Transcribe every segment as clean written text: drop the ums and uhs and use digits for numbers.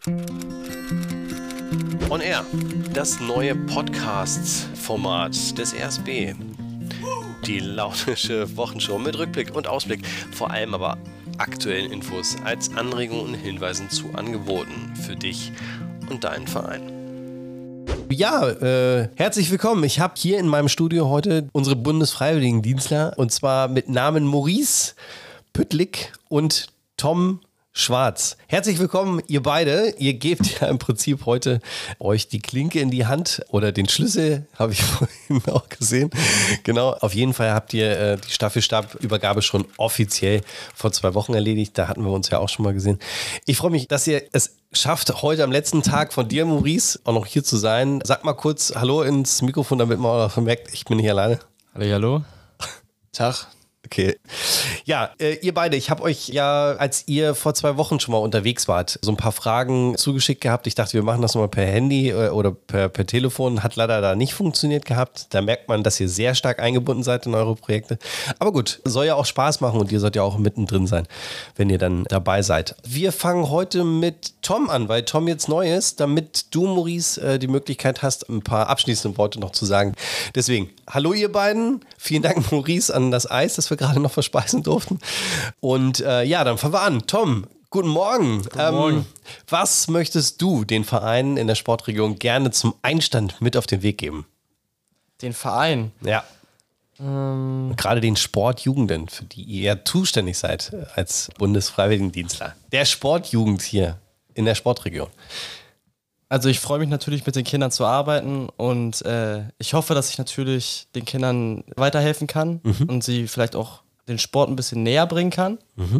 On Air, das neue Podcast-Format des RSB. Die launische Wochenshow mit Rückblick und Ausblick, vor allem aber aktuellen Infos als Anregungen und Hinweisen zu Angeboten für dich und deinen Verein. Ja, herzlich willkommen. Ich habe hier in meinem Studio heute unsere Bundesfreiwilligendienstler und zwar mit Namen Maurice Püttlik und Tom Schwarz. Herzlich willkommen, ihr beide. Ihr gebt ja im Prinzip heute euch die Klinke in die Hand oder den Schlüssel, habe ich vorhin auch gesehen. Genau, auf jeden Fall habt ihr die Staffelstabübergabe schon offiziell vor 2 Wochen erledigt. Da hatten wir uns ja auch schon mal gesehen. Ich freue mich, dass ihr es schafft, heute am letzten Tag von dir, Maurice, auch noch hier zu sein. Sag mal kurz Hallo ins Mikrofon, damit man auch merkt, ich bin nicht alleine. Hallo. Tag. Okay. Ja, ihr beide, ich habe euch ja, als ihr vor 2 Wochen schon mal unterwegs wart, so ein paar Fragen zugeschickt gehabt. Ich dachte, wir machen das nochmal per Handy oder per Telefon. Hat leider da nicht funktioniert gehabt. Da merkt man, dass ihr sehr stark eingebunden seid in eure Projekte. Aber gut, soll ja auch Spaß machen und ihr sollt ja auch mittendrin sein, wenn ihr dann dabei seid. Wir fangen heute mit Tom an, weil Tom jetzt neu ist, damit du, Maurice, die Möglichkeit hast, ein paar abschließende Worte noch zu sagen. Deswegen, hallo ihr beiden. Vielen Dank, Maurice, an das Eis, das wir gerade noch verspeisen durften. Und ja, dann fangen wir an. Tom, guten Morgen. Guten Morgen. Was möchtest du den Vereinen in der Sportregion gerne zum Einstand mit auf den Weg geben? Den Verein? Ja. Gerade den Sportjugenden, für die ihr ja zuständig seid als Bundesfreiwilligendienstler. Der Sportjugend hier in der Sportregion. Also ich freue mich natürlich, mit den Kindern zu arbeiten und ich hoffe, dass ich natürlich den Kindern weiterhelfen kann und sie vielleicht auch den Sport ein bisschen näher bringen kann.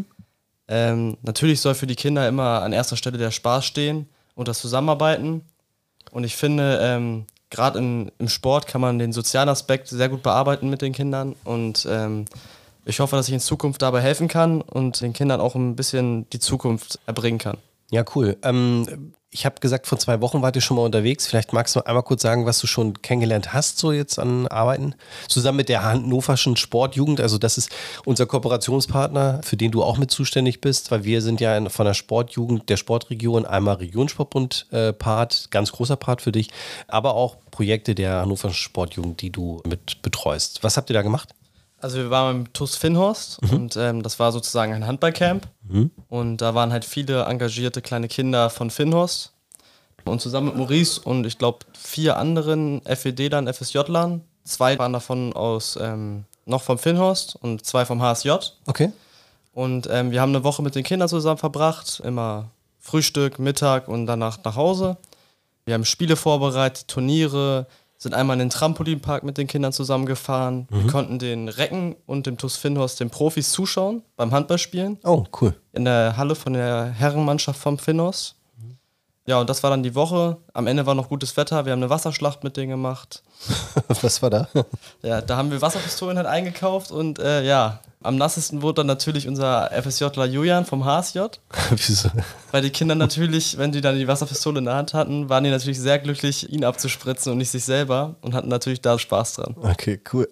Natürlich soll für die Kinder immer an erster Stelle der Spaß stehen und das Zusammenarbeiten. Und ich finde, gerade im Sport kann man den sozialen Aspekt sehr gut bearbeiten mit den Kindern und ich hoffe, dass ich in Zukunft dabei helfen kann und den Kindern auch ein bisschen die Zukunft erbringen kann. Ja, cool. Ich habe gesagt, vor 2 Wochen wart ihr schon mal unterwegs. Vielleicht magst du einmal kurz sagen, was du schon kennengelernt hast, so jetzt an Arbeiten. Zusammen mit der Hannoverschen Sportjugend. Also das ist unser Kooperationspartner, für den du auch mit zuständig bist, weil wir sind ja von der Sportjugend der Sportregion einmal Regionssportbund Part, ganz großer Part für dich, aber auch Projekte der Hannoverschen Sportjugend, die du mit betreust. Was habt ihr da gemacht? Also wir waren im TuS Finnhorst und das war sozusagen ein Handballcamp und da waren halt viele engagierte kleine Kinder von Finnhorst und zusammen mit Maurice und ich glaube 4 anderen FED-Lern, FSJ-Lern, 2 waren davon aus noch vom Finnhorst und 2 vom HSJ. Okay. Und wir haben eine Woche mit den Kindern zusammen verbracht, immer Frühstück, Mittag und danach nach Hause. Wir haben Spiele vorbereitet, Turniere, sind einmal in den Trampolinpark mit den Kindern zusammengefahren. Wir konnten den Recken und dem TuS Finnhorst den Profis zuschauen beim Handballspielen. Oh, cool. In der Halle von der Herrenmannschaft vom Finnhorst. Ja, und das war dann die Woche. Am Ende war noch gutes Wetter. Wir haben eine Wasserschlacht mit denen gemacht. Was war da? Ja, da haben wir Wasserpistolen halt eingekauft und ja, am nassesten wurde dann natürlich unser FSJler Julian vom HSJ. Wieso? Weil die Kinder natürlich, wenn die dann die Wasserpistole in der Hand hatten, waren die natürlich sehr glücklich, ihn abzuspritzen und nicht sich selber und hatten natürlich da Spaß dran. Okay, cool.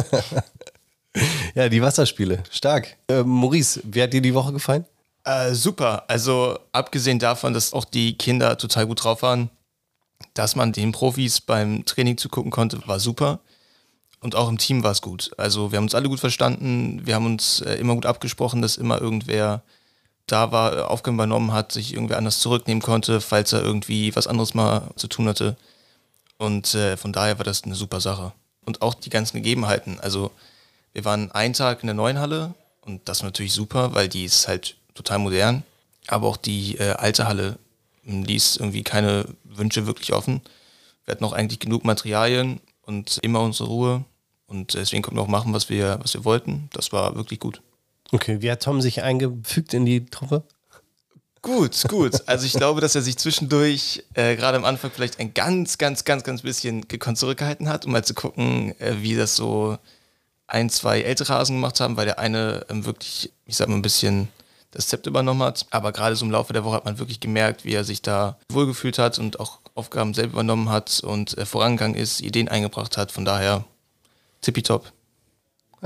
Ja, die Wasserspiele, stark. Maurice, wie hat dir die Woche gefallen? Super, also abgesehen davon, dass auch die Kinder total gut drauf waren, dass man den Profis beim Training zugucken konnte, war super. Und auch im Team war es gut. Also wir haben uns alle gut verstanden, wir haben uns immer gut abgesprochen, dass immer irgendwer da war, Aufgaben übernommen hat, sich irgendwer anders zurücknehmen konnte, falls er irgendwie was anderes mal zu tun hatte. Und von daher war das eine super Sache. Und auch die ganzen Gegebenheiten. Also wir waren einen Tag in der neuen Halle und das war natürlich super, weil die ist halt total modern. Aber auch die alte Halle ließ irgendwie keine Wünsche wirklich offen. Wir hatten auch eigentlich genug Materialien und immer unsere Ruhe. Und deswegen konnten wir auch machen, was wir wollten. Das war wirklich gut. Okay, wie hat Tom sich eingefügt in die Truppe? Gut. Also ich glaube, dass er sich zwischendurch gerade am Anfang vielleicht ein ganz bisschen gekonnt zurückgehalten hat, um mal zu gucken, wie das so 1, 2 ältere Hasen gemacht haben, weil der eine wirklich, ich sag mal, ein bisschen das Zepter übernommen hat. Aber gerade so im Laufe der Woche hat man wirklich gemerkt, wie er sich da wohlgefühlt hat und auch Aufgaben selber übernommen hat und vorangegangen ist, Ideen eingebracht hat. Von daher tippitopp. Ja,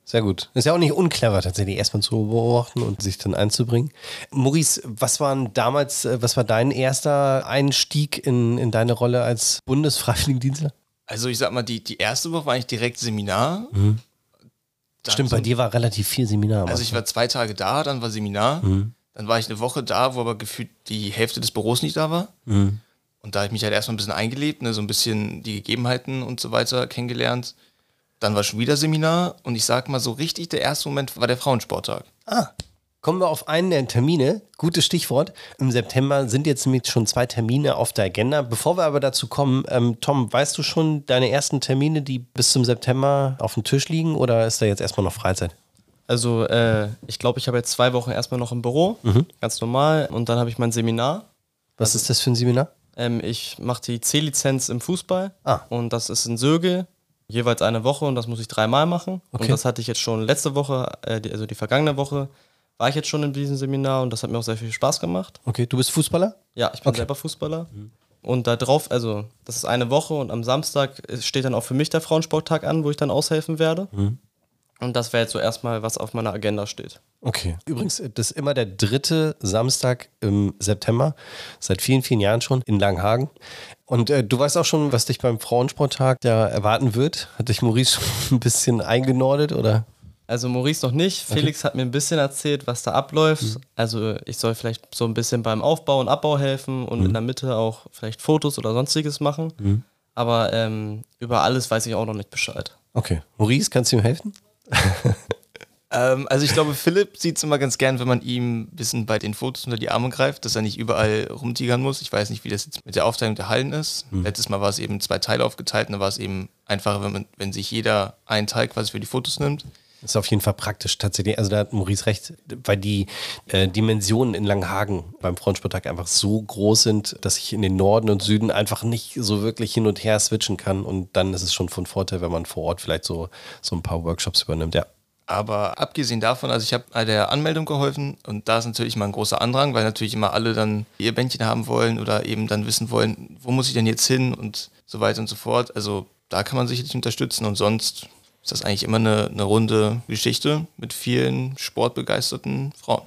Sehr gut. Ist ja auch nicht unclever, tatsächlich erstmal zu beobachten und sich dann einzubringen. Maurice, was war dein erster Einstieg in deine Rolle als Bundesfreiwilligendienstler? Also ich sag mal, die erste Woche war eigentlich direkt Seminar. Stimmt, bei dir war relativ viel Seminar. Also ich war 2 Tage da, dann war Seminar. Dann war ich eine Woche da, wo aber gefühlt die Hälfte des Büros nicht da war. Und da habe ich mich halt erstmal ein bisschen eingelebt, ne, so ein bisschen die Gegebenheiten und so weiter kennengelernt. Dann war schon wieder Seminar und ich sag mal so richtig, der erste Moment war der Frauensporttag. Kommen wir auf einen der Termine. Gutes Stichwort. Im September sind jetzt nämlich schon 2 Termine auf der Agenda. Bevor wir aber dazu kommen, Tom, weißt du schon deine ersten Termine, die bis zum September auf dem Tisch liegen oder ist da jetzt erstmal noch Freizeit? Also ich glaube, ich habe jetzt 2 Wochen erstmal noch im Büro, ganz normal. Und dann habe ich mein Seminar. Was ist das für ein Seminar? Ich mache die C-Lizenz im Fußball und das ist in Sögel. Jeweils eine Woche und das muss ich 3-mal machen. Okay. Und das hatte ich jetzt schon letzte Woche, also die vergangene Woche, war ich jetzt schon in diesem Seminar und das hat mir auch sehr viel Spaß gemacht. Okay, du bist Fußballer? Ja, ich bin selber Fußballer. Und da drauf, also das ist eine Woche und am Samstag steht dann auch für mich der Frauensporttag an, wo ich dann aushelfen werde. Und das wäre jetzt so erstmal, was auf meiner Agenda steht. Okay. Übrigens, das ist immer der 3. Samstag im September, seit vielen, vielen Jahren schon in Langenhagen. Und du weißt auch schon, was dich beim Frauensporttag da erwarten wird. Hat dich Maurice schon ein bisschen eingenordet, oder? Also Maurice noch nicht. Felix hat mir ein bisschen erzählt, was da abläuft. Also ich soll vielleicht so ein bisschen beim Aufbau und Abbau helfen und in der Mitte auch vielleicht Fotos oder sonstiges machen. Aber über alles weiß ich auch noch nicht Bescheid. Okay. Maurice, kannst du ihm helfen? Also ich glaube, Philipp sieht es immer ganz gern, wenn man ihm ein bisschen bei den Fotos unter die Arme greift, dass er nicht überall rumtigern muss. Ich weiß nicht, wie das jetzt mit der Aufteilung der Hallen ist. Letztes Mal war es eben 2 Teile aufgeteilt und da war es eben einfacher, wenn sich jeder einen Teil quasi für die Fotos nimmt. Das ist auf jeden Fall praktisch tatsächlich. Also da hat Maurice recht, weil die Dimensionen in Langenhagen beim Frauensporttag einfach so groß sind, dass ich in den Norden und Süden einfach nicht so wirklich hin und her switchen kann. Und dann ist es schon von Vorteil, wenn man vor Ort vielleicht so ein paar Workshops übernimmt, ja. Aber abgesehen davon, also ich habe bei der Anmeldung geholfen und da ist natürlich mal ein großer Andrang, weil natürlich immer alle dann ihr Bändchen haben wollen oder eben dann wissen wollen, wo muss ich denn jetzt hin und so weiter und so fort. Also da kann man sicherlich unterstützen und sonst ist das eigentlich immer eine runde Geschichte mit vielen sportbegeisterten Frauen.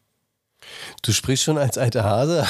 Du sprichst schon als alter Hase.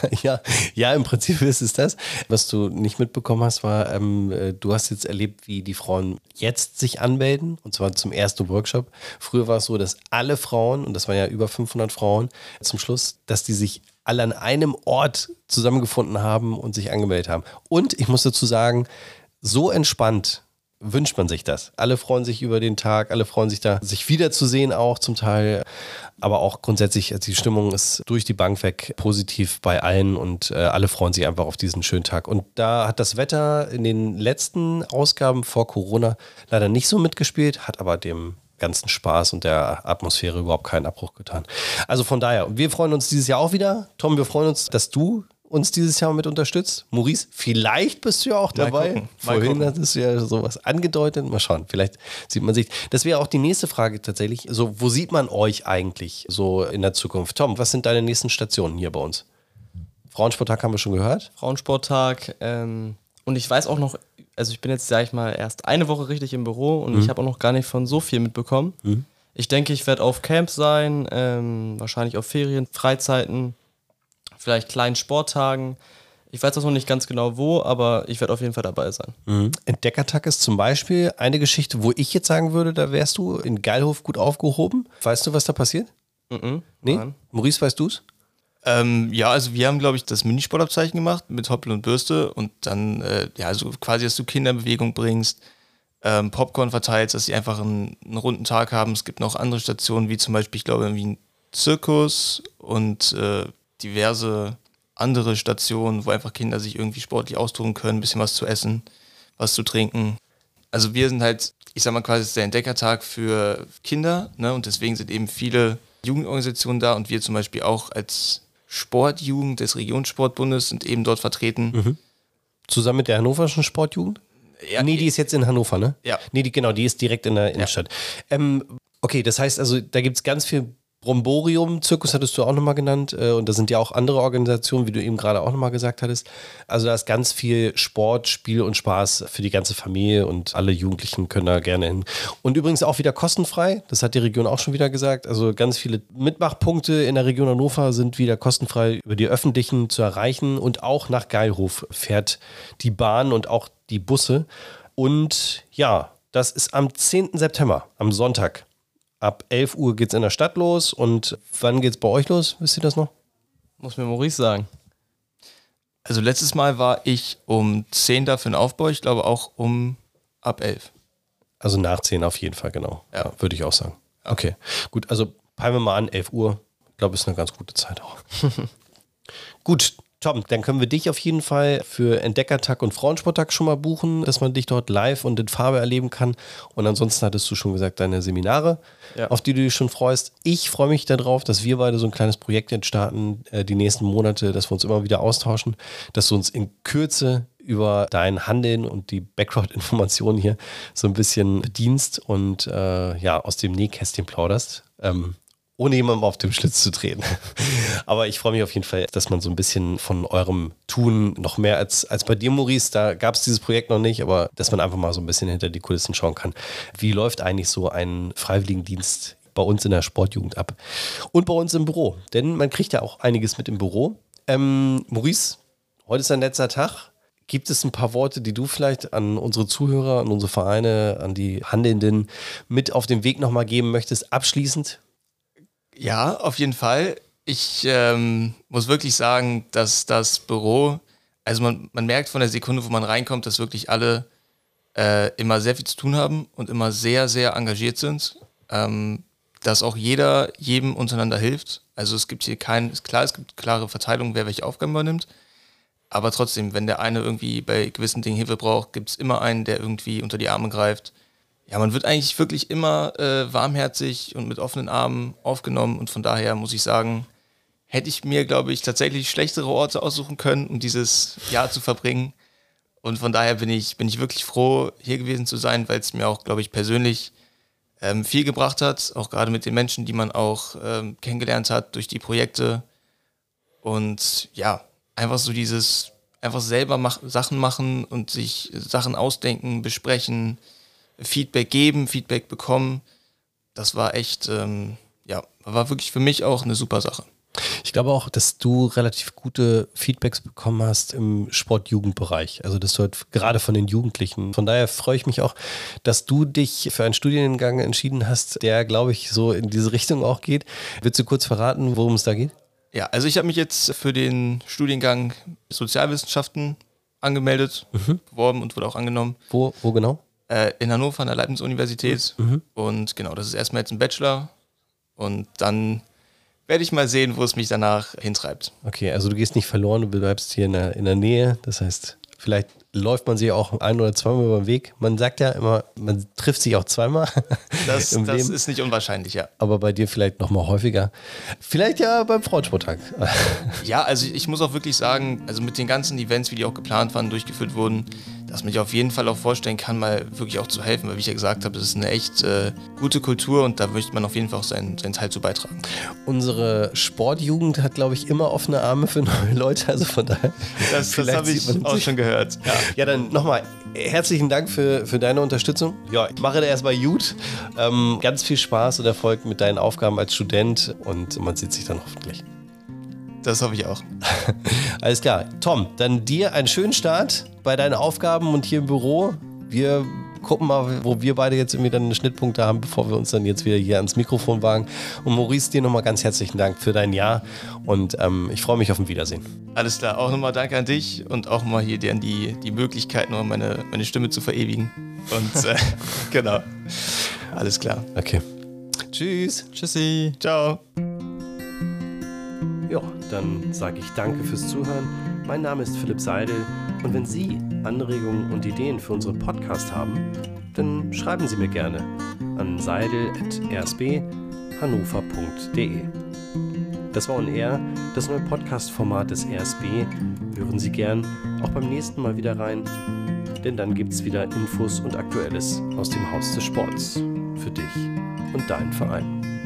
ja, im Prinzip ist es das. Was du nicht mitbekommen hast, war, du hast jetzt erlebt, wie die Frauen jetzt sich anmelden, und zwar zum ersten Workshop. Früher war es so, dass alle Frauen, und das waren ja über 500 Frauen zum Schluss, dass die sich alle an einem Ort zusammengefunden haben und sich angemeldet haben. Und ich muss dazu sagen, so entspannt wünscht man sich das. Alle freuen sich über den Tag, alle freuen sich da, sich wiederzusehen auch zum Teil. Aber auch grundsätzlich, die Stimmung ist durch die Bank weg positiv bei allen und alle freuen sich einfach auf diesen schönen Tag. Und da hat das Wetter in den letzten Ausgaben vor Corona leider nicht so mitgespielt, hat aber dem ganzen Spaß und der Atmosphäre überhaupt keinen Abbruch getan. Also von daher, wir freuen uns dieses Jahr auch wieder. Tom, wir freuen uns, dass du uns dieses Jahr mit unterstützt. Maurice, vielleicht bist du ja auch dabei. Vorhin hattest du ja sowas angedeutet. Mal schauen, vielleicht sieht man sich. Das wäre auch die nächste Frage tatsächlich. So, wo sieht man euch eigentlich so in der Zukunft? Tom, was sind deine nächsten Stationen hier bei uns? Frauensporttag haben wir schon gehört. Frauensporttag und ich weiß auch noch, also ich bin jetzt, sag ich mal, erst eine Woche richtig im Büro und ich habe auch noch gar nicht von so viel mitbekommen. Ich denke, ich werde auf Camp sein, wahrscheinlich auf Ferien, Freizeiten, vielleicht kleinen Sporttagen. Ich weiß auch noch nicht ganz genau wo, aber ich werde auf jeden Fall dabei sein. Entdeckertag ist zum Beispiel eine Geschichte, wo ich jetzt sagen würde, da wärst du in Geilhof gut aufgehoben. Weißt du, was da passiert? Nee? Nein. Maurice, weißt du es? Ja, also wir haben, glaube ich, das Minisportabzeichen gemacht mit Hoppel und Bürste und dann, also quasi, dass du Kinder in Bewegung bringst, Popcorn verteilst, dass sie einfach einen runden Tag haben. Es gibt noch andere Stationen, wie zum Beispiel, ich glaube, irgendwie ein Zirkus und diverse andere Stationen, wo einfach Kinder sich irgendwie sportlich austoben können, ein bisschen was zu essen, was zu trinken. Also wir sind halt, ich sag mal quasi, der Entdeckertag für Kinder, ne? Und deswegen sind eben viele Jugendorganisationen da und wir zum Beispiel auch als Sportjugend des Regionssportbundes sind eben dort vertreten. Zusammen mit der hannoverschen Sportjugend? Ja, Nee, die ist jetzt in Hannover, ne? Ja. Nee, die ist direkt in der Innenstadt. Okay, das heißt also, da gibt es ganz viel Bromborium, Zirkus hattest du auch nochmal genannt. Und da sind ja auch andere Organisationen, wie du eben gerade auch nochmal gesagt hattest. Also da ist ganz viel Sport, Spiel und Spaß für die ganze Familie und alle Jugendlichen können da gerne hin. Und übrigens auch wieder kostenfrei. Das hat die Region auch schon wieder gesagt. Also ganz viele Mitmachpunkte in der Region Hannover sind wieder kostenfrei über die öffentlichen zu erreichen. Und auch nach Geilhof fährt die Bahn und auch die Busse. Und ja, das ist am 10. September, am Sonntag. Ab 11 Uhr geht es in der Stadt los. Und wann geht es bei euch los? Wisst ihr das noch? Muss mir Maurice sagen. Also letztes Mal war ich um 10 da für den Aufbau, ich glaube auch ab 11. Also nach 10 auf jeden Fall, genau. Ja. Würde ich auch sagen. Okay, gut, also peilen wir mal an, 11 Uhr. Ich glaube, ist eine ganz gute Zeit auch. Gut, Tom, dann können wir dich auf jeden Fall für Entdeckertag und Frauensporttag schon mal buchen, dass man dich dort live und in Farbe erleben kann. Und ansonsten hattest du schon gesagt, deine Seminare, auf die du dich schon freust. Ich freue mich darauf, dass wir beide so ein kleines Projekt jetzt starten, die nächsten Monate, dass wir uns immer wieder austauschen, dass du uns in Kürze über dein Handeln und die Background-Informationen hier so ein bisschen bedienst und aus dem Nähkästchen plauderst. Ohne jemandem auf den Schlitz zu treten. Aber ich freue mich auf jeden Fall, dass man so ein bisschen von eurem Tun noch mehr als bei dir, Maurice, da gab es dieses Projekt noch nicht, aber dass man einfach mal so ein bisschen hinter die Kulissen schauen kann. Wie läuft eigentlich so ein Freiwilligendienst bei uns in der Sportjugend ab? Und bei uns im Büro, denn man kriegt ja auch einiges mit im Büro. Maurice, heute ist ein letzter Tag. Gibt es ein paar Worte, die du vielleicht an unsere Zuhörer, an unsere Vereine, an die Handelnden mit auf den Weg nochmal geben möchtest, abschließend? Ja, auf jeden Fall. Ich muss wirklich sagen, dass das Büro, also man merkt von der Sekunde, wo man reinkommt, dass wirklich alle immer sehr viel zu tun haben und immer sehr, sehr engagiert sind. Dass auch jeder jedem untereinander hilft. Also es gibt hier es gibt klare Verteilung, wer welche Aufgaben übernimmt. Aber trotzdem, wenn der eine irgendwie bei gewissen Dingen Hilfe braucht, gibt es immer einen, der irgendwie unter die Arme greift. Ja, man wird eigentlich wirklich immer warmherzig und mit offenen Armen aufgenommen und von daher muss ich sagen, hätte ich mir, glaube ich, tatsächlich schlechtere Orte aussuchen können, um dieses Jahr zu verbringen. Und von daher bin ich wirklich froh, hier gewesen zu sein, weil es mir auch, glaube ich, persönlich viel gebracht hat, auch gerade mit den Menschen, die man auch kennengelernt hat durch die Projekte. Und ja, einfach so einfach selber Sachen machen und sich Sachen ausdenken, besprechen, Feedback geben, Feedback bekommen. Das war echt, war wirklich für mich auch eine super Sache. Ich glaube auch, dass du relativ gute Feedbacks bekommen hast im Sportjugendbereich. Also das halt gerade von den Jugendlichen. Von daher freue ich mich auch, dass du dich für einen Studiengang entschieden hast, der, glaube ich, so in diese Richtung auch geht. Willst du kurz verraten, worum es da geht? Ja, also ich habe mich jetzt für den Studiengang Sozialwissenschaften angemeldet, beworben und wurde auch angenommen. Wo genau? In Hannover an der Leibniz-Universität. Und genau, das ist erstmal jetzt ein Bachelor. Und dann werde ich mal sehen, wo es mich danach hintreibt. Okay, also du gehst nicht verloren, du bleibst hier in der Nähe. Das heißt, vielleicht läuft man sich auch ein- oder zweimal über den Weg. Man sagt ja immer, man trifft sich auch zweimal. Das ist nicht unwahrscheinlich, ja. Aber bei dir vielleicht noch mal häufiger. Vielleicht ja beim Frauensporttag. Ja, also ich muss auch wirklich sagen, also mit den ganzen Events, wie die auch geplant waren, durchgeführt wurden, dass man sich auf jeden Fall auch vorstellen kann, mal wirklich auch zu helfen, weil wie ich ja gesagt habe, das ist eine echt gute Kultur und da möchte man auf jeden Fall auch seinen Teil zu beitragen. Unsere Sportjugend hat, glaube ich, immer offene Arme für neue Leute, also von daher. Das habe ich auch schon gehört. Ja, dann nochmal herzlichen Dank für deine Unterstützung. Ja, ich mache da erstmal gut. Ganz viel Spaß und Erfolg mit deinen Aufgaben als Student und man sieht sich dann hoffentlich. Das hoffe ich auch. Alles klar. Tom, dann dir einen schönen Start bei deinen Aufgaben und hier im Büro. Wir gucken mal, wo wir beide jetzt irgendwie dann einen Schnittpunkt haben, bevor wir uns dann jetzt wieder hier ans Mikrofon wagen. Und Maurice, dir nochmal ganz herzlichen Dank für dein Jahr und ich freue mich auf ein Wiedersehen. Alles klar, auch nochmal danke an dich und auch mal hier dir an die Möglichkeit, noch meine Stimme zu verewigen. Und genau, alles klar. Okay. Tschüss. Tschüssi. Ciao. Ja, dann sage ich danke fürs Zuhören. Mein Name ist Philipp Seidel und wenn Sie Anregungen und Ideen für unseren Podcast haben, dann schreiben Sie mir gerne an seidel@rsbhannover.de. Das war On Air, das neue Podcast-Format des RSB. Hören Sie gern auch beim nächsten Mal wieder rein, denn dann gibt es wieder Infos und Aktuelles aus dem Haus des Sports für dich und deinen Verein.